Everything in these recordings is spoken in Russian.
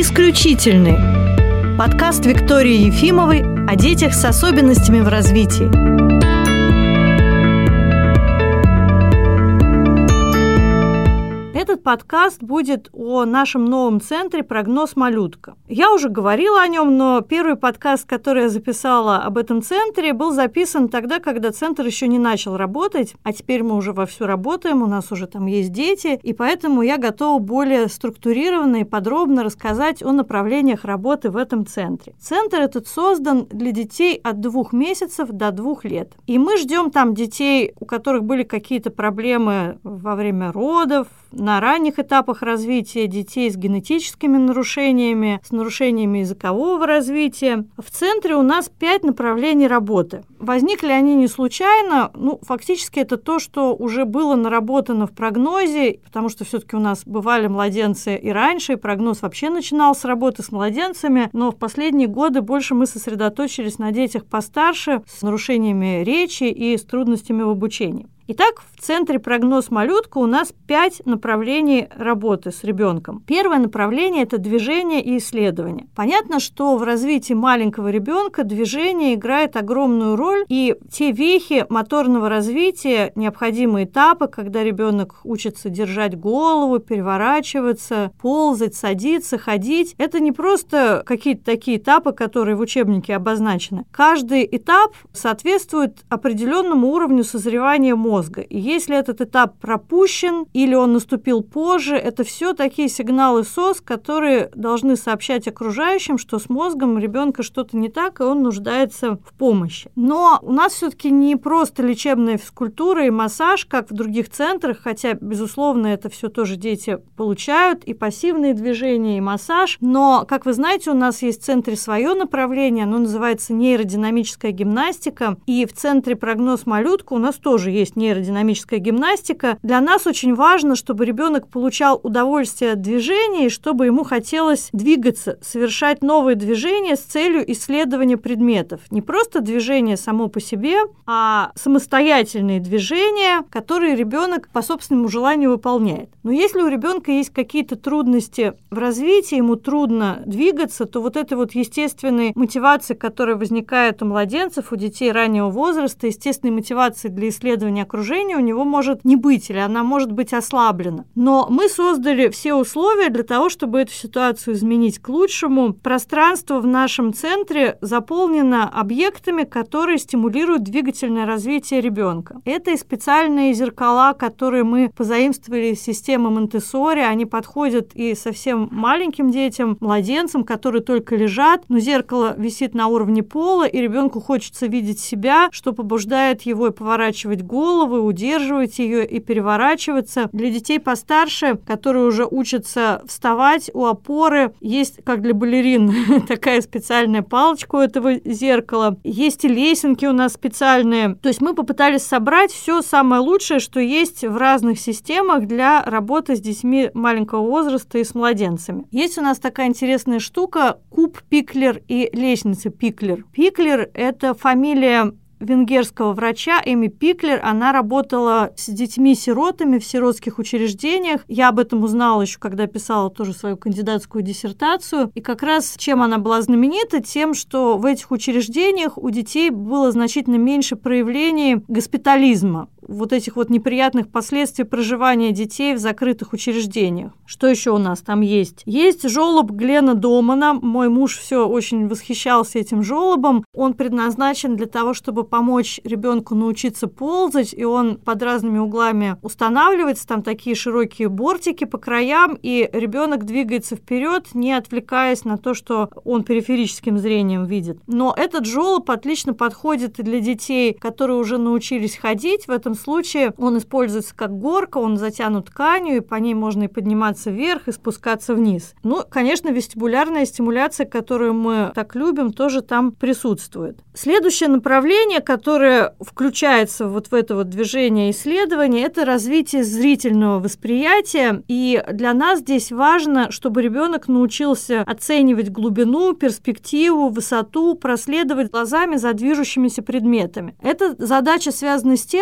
Исключительный. Подкаст Виктории Ефимовой о детях с особенностями в развитии. Этот подкаст будет о нашем новом центре «Прогноз Малютка». Я уже говорила о нем, но первый подкаст, который я записала об этом центре, был записан тогда, когда центр еще не начал работать, а теперь мы уже вовсю работаем, у нас уже там есть дети, и поэтому я готова более структурированно и подробно рассказать о направлениях работы в этом центре. Центр этот создан для детей от 2 месяцев до 2 лет. И мы ждем там детей, у которых были какие-то проблемы во время родов, на ранних этапах развития, детей с генетическими нарушениями, с нарушениями языкового развития. В центре у нас 5 направлений работы. Возникли они не случайно, фактически это то, что уже было наработано в прогнозе, потому что все-таки у нас бывали младенцы и раньше, и прогноз вообще начинал с работы с младенцами, но в последние годы больше мы сосредоточились на детях постарше, с нарушениями речи и с трудностями в обучении. Итак, в центре «Прогноз Малютка» у нас 5 направлений работы с ребенком. Первое направление – это движение и исследование. Понятно, что в развитии маленького ребенка движение играет огромную роль, и те вехи моторного развития, необходимые этапы, когда ребенок учится держать голову, переворачиваться, ползать, садиться, ходить, это не просто какие-то такие этапы, которые в учебнике обозначены. Каждый этап соответствует определенному уровню созревания мозга. И если этот этап пропущен или он наступил позже, это все такие сигналы СОС, которые должны сообщать окружающим, что с мозгом ребенка что-то не так, и он нуждается в помощи. Но у нас все-таки не просто лечебная физкультура и массаж, как в других центрах, хотя, безусловно, это все тоже дети получают, и пассивные движения, и массаж. Но, как вы знаете, у нас есть в центре свое направление, оно называется нейродинамическая гимнастика, и в центре «Прогноз Малютка» у нас тоже есть нейродинамическая гимнастика. Для нас очень важно, чтобы ребенок получал удовольствие от движения и чтобы ему хотелось двигаться, совершать новые движения с целью исследования предметов. Не просто движение само по себе, а самостоятельные движения, которые ребенок по собственному желанию выполняет. Но если у ребенка есть какие-то трудности в развитии, ему трудно двигаться, то вот этой естественной мотивации, которая возникает у младенцев, у детей раннего возраста, естественной мотивации для исследования окружения у него может не быть, или она может быть ослаблена. Но мы создали все условия для того, чтобы эту ситуацию изменить к лучшему. Пространство в нашем центре заполнено объектами, которые стимулируют двигательное развитие ребенка. Это и специальные зеркала, которые мы позаимствовали из системы Монтессори. Они подходят и совсем маленьким детям, младенцам, которые только лежат, но зеркало висит на уровне пола, и ребенку хочется видеть себя, что побуждает его и поворачивать голову, удерживать ее и переворачиваться. Для детей постарше, которые уже учатся вставать у опоры, есть, как для балерин, такая специальная палочка у этого зеркала. Есть и лесенки у нас специальные. То есть мы попытались собрать все самое лучшее, что есть в разных системах для работы с детьми маленького возраста и с младенцами. Есть у нас такая интересная штука – куб Пиклер и лестница Пиклер. Пиклер – это фамилия венгерского врача Эми Пиклер. Она работала с детьми-сиротами в сиротских учреждениях. Я об этом узнала еще, когда писала тоже свою кандидатскую диссертацию. И как раз чем она была знаменита? Тем, что в этих учреждениях у детей было значительно меньше проявлений госпитализма, вот этих неприятных последствий проживания детей в закрытых учреждениях. Что еще у нас там есть? Есть жолоб Глена Домана. Мой муж все очень восхищался этим жолобом. Он предназначен для того, чтобы помочь ребенку научиться ползать, и он под разными углами устанавливается. Там такие широкие бортики по краям, и ребенок двигается вперед, не отвлекаясь на то, что он периферическим зрением видит. Но этот жолоб отлично подходит и для детей, которые уже научились ходить. В этом случае он используется как горка, он затянут тканью, и по ней можно и подниматься вверх, и спускаться вниз. Конечно, вестибулярная стимуляция, которую мы так любим, тоже там присутствует. Следующее направление, которое включается в это движение исследования, это развитие зрительного восприятия. И для нас здесь важно, чтобы ребенок научился оценивать глубину, перспективу, высоту, проследовать глазами за движущимися предметами. Эта задача связана с тем, что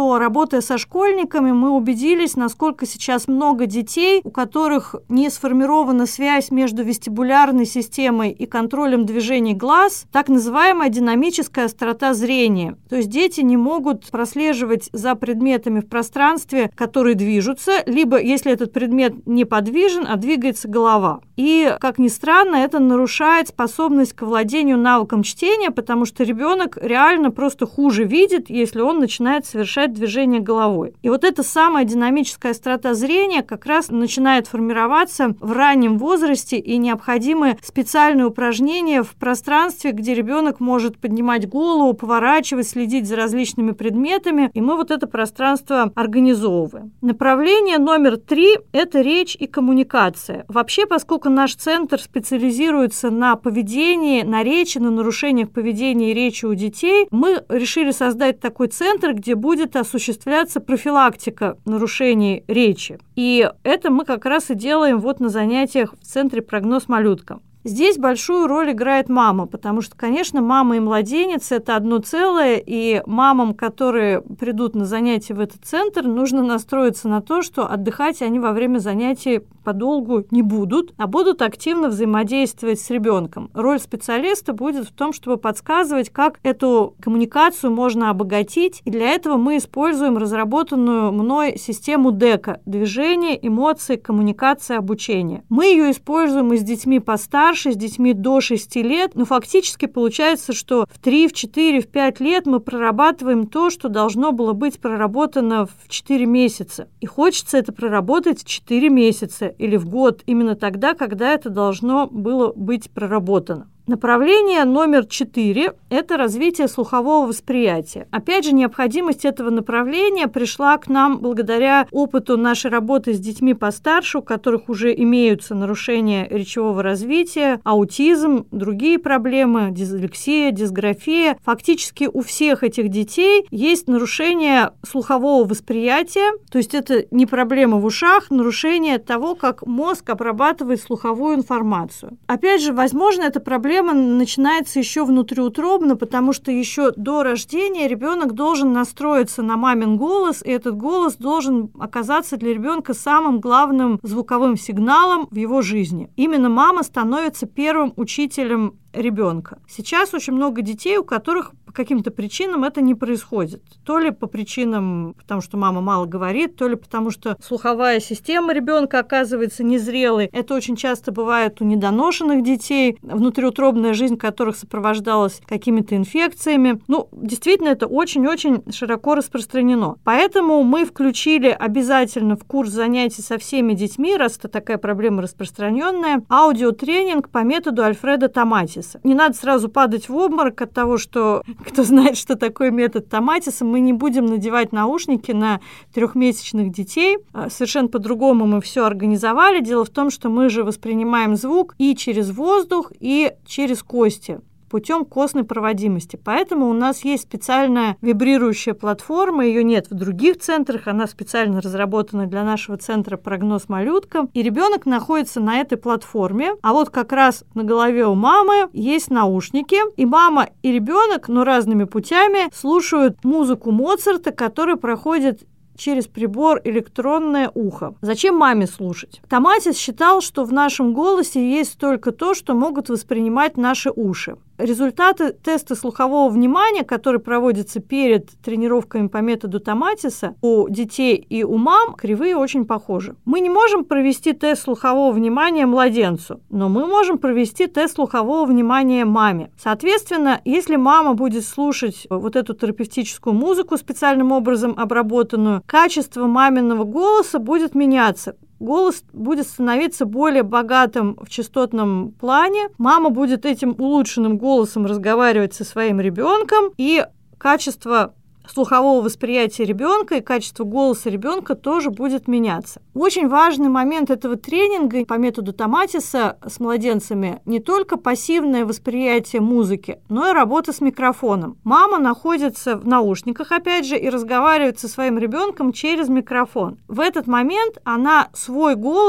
что, работая со школьниками, мы убедились, насколько сейчас много детей, у которых не сформирована связь между вестибулярной системой и контролем движений глаз, так называемая динамическая острота зрения. То есть дети не могут прослеживать за предметами в пространстве, которые движутся, либо, если этот предмет неподвижен, а двигается голова. И, как ни странно, это нарушает способность к владению навыком чтения, потому что ребенок реально просто хуже видит, если он начинает совершать движение головой. И вот эта самая динамическая острота зрения как раз начинает формироваться в раннем возрасте, и необходимы специальные упражнения в пространстве, где ребенок может поднимать голову, поворачивать, следить за различными предметами, и мы вот это пространство организовываем. Направление номер 3 – это речь и коммуникация. Вообще, поскольку наш центр специализируется на поведении, на речи, на нарушениях поведения и речи у детей, мы решили создать такой центр, где будет осуществляться профилактика нарушений речи. И это мы как раз и делаем вот на занятиях в центре «Прогноз малюткам». Здесь большую роль играет мама, потому что, конечно, мама и младенец – это одно целое, и мамам, которые придут на занятия в этот центр, нужно настроиться на то, что отдыхать они во время занятий подолгу не будут, а будут активно взаимодействовать с ребенком. Роль специалиста будет в том, чтобы подсказывать, как эту коммуникацию можно обогатить, и для этого мы используем разработанную мной систему ДЭКа – движение, эмоции, коммуникация, обучение. Мы ее используем и с детьми постарше, с детьми до 6 лет, но фактически получается, что в 3, в 4, в 5 лет мы прорабатываем то, что должно было быть проработано в 4 месяца. И хочется это проработать в 4 месяца или в год, именно тогда, когда это должно было быть проработано. Направление номер 4 – это развитие слухового восприятия. Опять же, необходимость этого направления пришла к нам благодаря опыту нашей работы с детьми постарше, у которых уже имеются нарушения речевого развития, аутизм, другие проблемы, дислексия, дисграфия. Фактически у всех этих детей есть нарушение слухового восприятия, то есть это не проблема в ушах, нарушение того, как мозг обрабатывает слуховую информацию. Опять же, возможно, эта проблема начинается еще внутриутробно, потому что еще до рождения ребенок должен настроиться на мамин голос, и этот голос должен оказаться для ребенка самым главным звуковым сигналом в его жизни. Именно мама становится первым учителем ребенка. Сейчас очень много детей, у которых по каким-то причинам это не происходит. То ли по причинам, потому что мама мало говорит, то ли потому что слуховая система ребенка оказывается незрелой. Это очень часто бывает у недоношенных детей, внутриутробная жизнь которых сопровождалась какими-то инфекциями. Действительно, это очень-очень широко распространено. Поэтому мы включили обязательно в курс занятий со всеми детьми, раз это такая проблема распространенная, аудиотренинг по методу Альфреда Томатиса. Не надо сразу падать в обморок от того, что кто знает, что такое метод Томатиса. Мы не будем надевать наушники на 3-месячных детей. Совершенно по-другому мы все организовали. Дело в том, что мы же воспринимаем звук и через воздух, и через кости путем костной проводимости. Поэтому у нас есть специальная вибрирующая платформа, ее нет в других центрах, она специально разработана для нашего центра «Прогноз малюткам», и ребенок находится на этой платформе, а вот как раз на голове у мамы есть наушники, и мама и ребенок, но разными путями, слушают музыку Моцарта, которая проходит через прибор электронное ухо. Зачем маме слушать? Томатис считал, что в нашем голосе есть только то, что могут воспринимать наши уши. Результаты теста слухового внимания, который проводится перед тренировками по методу Томатиса, у детей и у мам кривые очень похожи. Мы не можем провести тест слухового внимания младенцу, но мы можем провести тест слухового внимания маме. Соответственно, если мама будет слушать вот эту терапевтическую музыку, специальным образом обработанную, качество маминого голоса будет меняться. Голос будет становиться более богатым в частотном плане. Мама будет этим улучшенным голосом разговаривать со своим ребенком, и качество слухового восприятия ребенка и качество голоса ребенка тоже будет меняться. Очень важный момент этого тренинга по методу Томатиса с младенцами не только пассивное восприятие музыки, но и работа с микрофоном. Мама находится в наушниках, опять же, и разговаривает со своим ребенком через микрофон. В этот момент она свой голос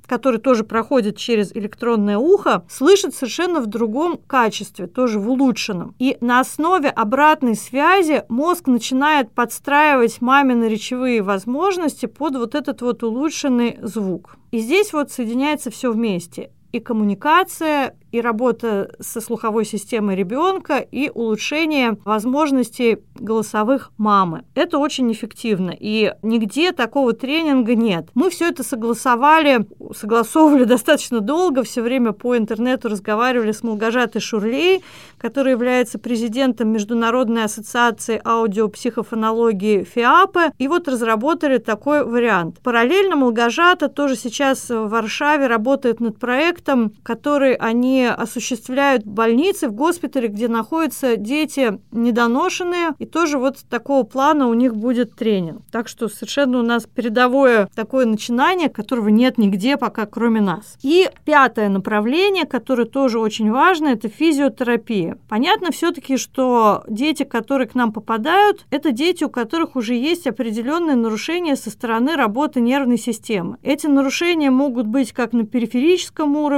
который тоже проходит через электронное ухо, слышит совершенно в другом качестве, тоже в улучшенном. И на основе обратной связи мозг начинает подстраивать мамины речевые возможности под вот этот вот улучшенный звук. И здесь вот соединяется все вместе. И коммуникация, и работа со слуховой системой ребенка, и улучшение возможностей голосовых мамы. Это очень эффективно, и нигде такого тренинга нет. Мы все это согласовывали достаточно долго, все время по интернету разговаривали с Малгожатой Шурлей, которая является президентом Международной ассоциации аудиопсихофонологии ФИАПа, и вот разработали такой вариант. Параллельно Малгожата тоже сейчас в Варшаве работает над проектом, который они осуществляют в больнице, в госпитале, где находятся дети недоношенные, и тоже вот такого плана у них будет тренинг. Так что совершенно у нас передовое такое начинание, которого нет нигде пока, кроме нас. И 5-е направление, которое тоже очень важно, это физиотерапия. Понятно все-таки, что дети, которые к нам попадают, это дети, у которых уже есть определенные нарушения со стороны работы нервной системы. Эти нарушения могут быть как на периферическом уровне,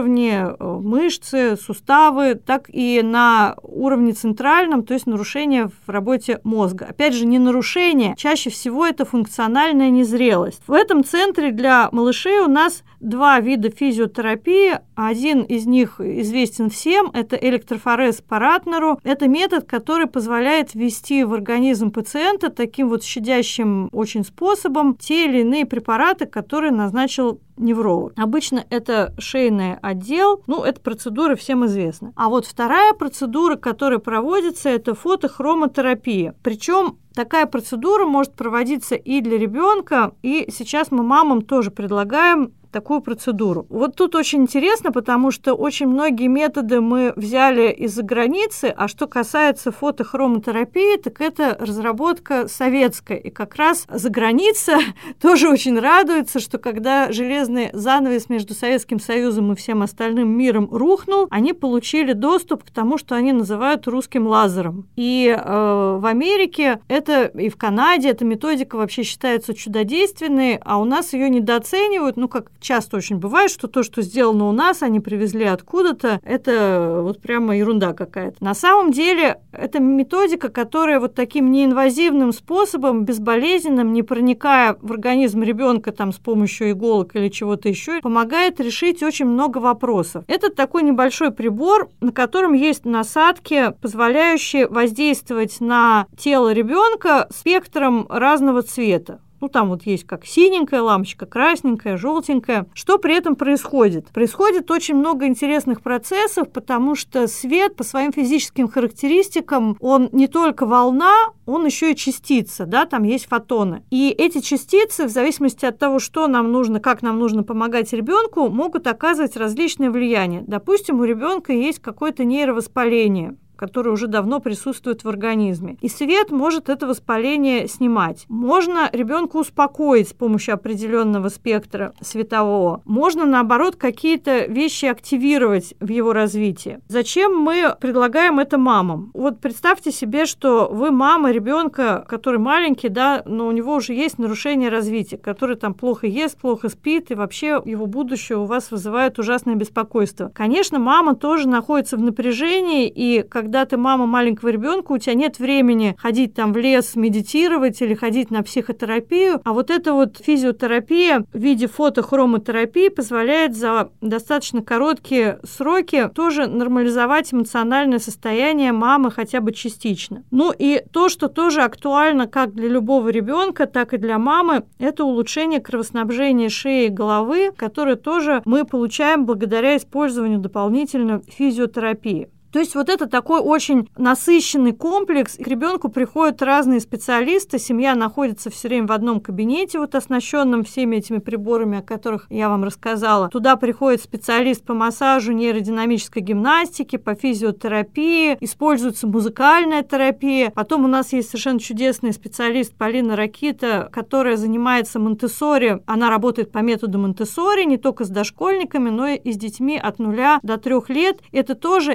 мышцы, суставы, так и на уровне центральном, то есть нарушения в работе мозга. Опять же, не нарушение, чаще всего это функциональная незрелость. В этом центре для малышей у нас 2 вида физиотерапии. Один из них известен всем, это электрофорез по Ратнеру. Это метод, который позволяет ввести в организм пациента таким вот щадящим очень способом те или иные препараты, которые назначил невролог. Обычно это шейный отдел, эта процедура всем известна. А вот вторая процедура, которая проводится, это фотохромотерапия. Причем такая процедура может проводиться и для ребенка, и сейчас мы мамам тоже предлагаем такую процедуру. Вот тут очень интересно, потому что очень многие методы мы взяли из-за границы, а что касается фотохромотерапии, так это разработка советская. И как раз за граница тоже очень радуется, что когда железный занавес между Советским Союзом и всем остальным миром рухнул, они получили доступ к тому, что они называют русским лазером. И в Америке и в Канаде эта методика вообще считается чудодейственной, а у нас ее недооценивают, как часто очень бывает, что то, что сделано у нас, они привезли откуда-то, это вот прямо ерунда какая-то. На самом деле, это методика, которая вот таким неинвазивным способом, безболезненным, не проникая в организм ребенка там с помощью иголок или чего-то еще, помогает решить очень много вопросов. Это такой небольшой прибор, на котором есть насадки, позволяющие воздействовать на тело ребенка спектром разного цвета. Там вот есть как синенькая лампочка, красненькая, желтенькая. Что при этом происходит? Происходит очень много интересных процессов, потому что свет по своим физическим характеристикам, он не только волна, он еще и частица, там есть фотоны. И эти частицы, в зависимости от того, что нам нужно, как нам нужно помогать ребенку, могут оказывать различное влияние. Допустим, у ребенка есть какое-то нейровоспаление, которое уже давно присутствует в организме. И свет может это воспаление снимать. Можно ребенка успокоить с помощью определенного спектра светового. Можно, наоборот, какие-то вещи активировать в его развитии. Зачем мы предлагаем это мамам? Вот представьте себе, что вы мама ребенка, который маленький, но у него уже есть нарушение развития, который там плохо ест, плохо спит, и вообще его будущее у вас вызывает ужасное беспокойство. Конечно, мама тоже находится в напряжении, и когда ты мама маленького ребенка, у тебя нет времени ходить там в лес, медитировать или ходить на психотерапию, а вот эта вот физиотерапия в виде фотохромотерапии позволяет за достаточно короткие сроки тоже нормализовать эмоциональное состояние мамы хотя бы частично. И то, что тоже актуально как для любого ребенка, так и для мамы, это улучшение кровоснабжения шеи и головы, которое тоже мы получаем благодаря использованию дополнительно физиотерапии. То есть вот это такой очень насыщенный комплекс. К ребенку приходят разные специалисты, семья находится все время в одном кабинете, вот оснащенном всеми этими приборами, о которых я вам рассказала. Туда приходит специалист по массажу, нейродинамической гимнастике, по физиотерапии, используется музыкальная терапия. Потом у нас есть совершенно чудесный специалист Полина Ракита, которая занимается Монтессори. Она работает по методу Монтессори не только с дошкольниками, но и с детьми от 0 до 3 лет. Это тоже и работа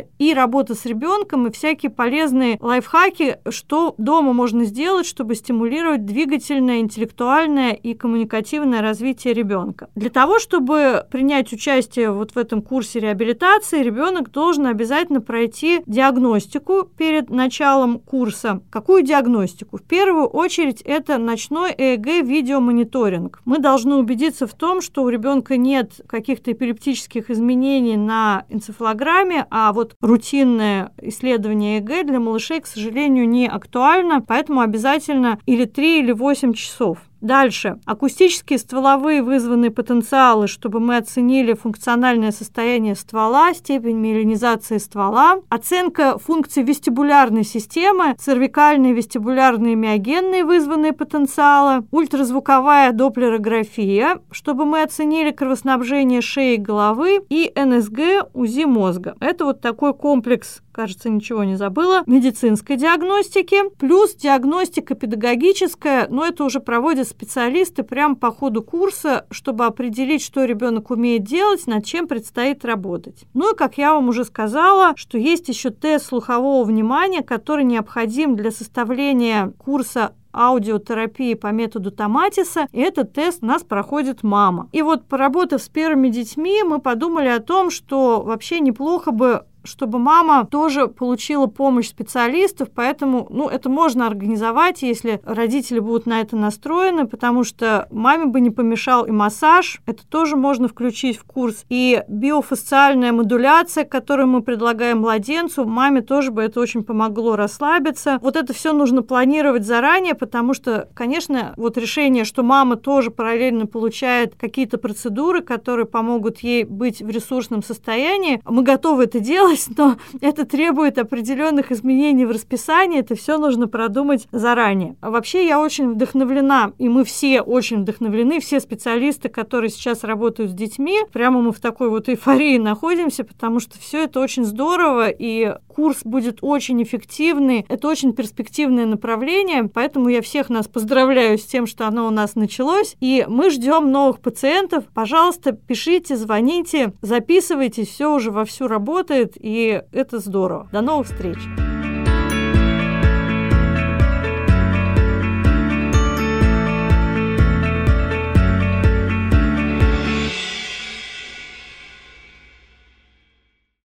работа с ребенком и всякие полезные лайфхаки, что дома можно сделать, чтобы стимулировать двигательное, интеллектуальное и коммуникативное развитие ребенка. Для того, чтобы принять участие вот в этом курсе реабилитации, ребенок должен обязательно пройти диагностику перед началом курса. Какую диагностику? В первую очередь это ночной ЭЭГ-видеомониторинг. Мы должны убедиться в том, что у ребенка нет каких-то эпилептических изменений на энцефалограмме, а вот рутинное исследование ЭЭГ для малышей, к сожалению, не актуально, поэтому обязательно или 3, или 8 часов. Дальше. Акустические стволовые вызванные потенциалы, чтобы мы оценили функциональное состояние ствола, степень миелинизации ствола. Оценка функций вестибулярной системы, цервикальные, вестибулярные, миогенные вызванные потенциалы. Ультразвуковая доплерография, чтобы мы оценили кровоснабжение шеи и головы. И НСГ, УЗИ мозга. Это вот такой комплекс, кажется, ничего не забыла, медицинской диагностики, плюс диагностика педагогическая, но это уже проводят специалисты прямо по ходу курса, чтобы определить, что ребенок умеет делать, над чем предстоит работать. Ну и, как я вам уже сказала, что есть еще тест слухового внимания, который необходим для составления курса аудиотерапии по методу Томатиса, и этот тест у нас проходит мама. И вот, поработав с первыми детьми, мы подумали о том, что вообще неплохо бы, чтобы мама тоже получила помощь специалистов, поэтому, это можно организовать, если родители будут на это настроены, потому что маме бы не помешал и массаж, это тоже можно включить в курс, и биофасциальная модуляция, которую мы предлагаем младенцу, маме тоже бы это очень помогло расслабиться. Вот это все нужно планировать заранее, потому что, конечно, вот решение, что мама тоже параллельно получает какие-то процедуры, которые помогут ей быть в ресурсном состоянии, мы готовы это делать, но это требует определенных изменений в расписании, это все нужно продумать заранее. А вообще я очень вдохновлена, и мы все очень вдохновлены, все специалисты, которые сейчас работают с детьми, прямо мы в такой вот эйфории находимся, потому что все это очень здорово, и курс будет очень эффективный, это очень перспективное направление, поэтому я всех нас поздравляю с тем, что оно у нас началось, и мы ждем новых пациентов. Пожалуйста, пишите, звоните, записывайтесь, все уже вовсю работает, и это здорово. До новых встреч!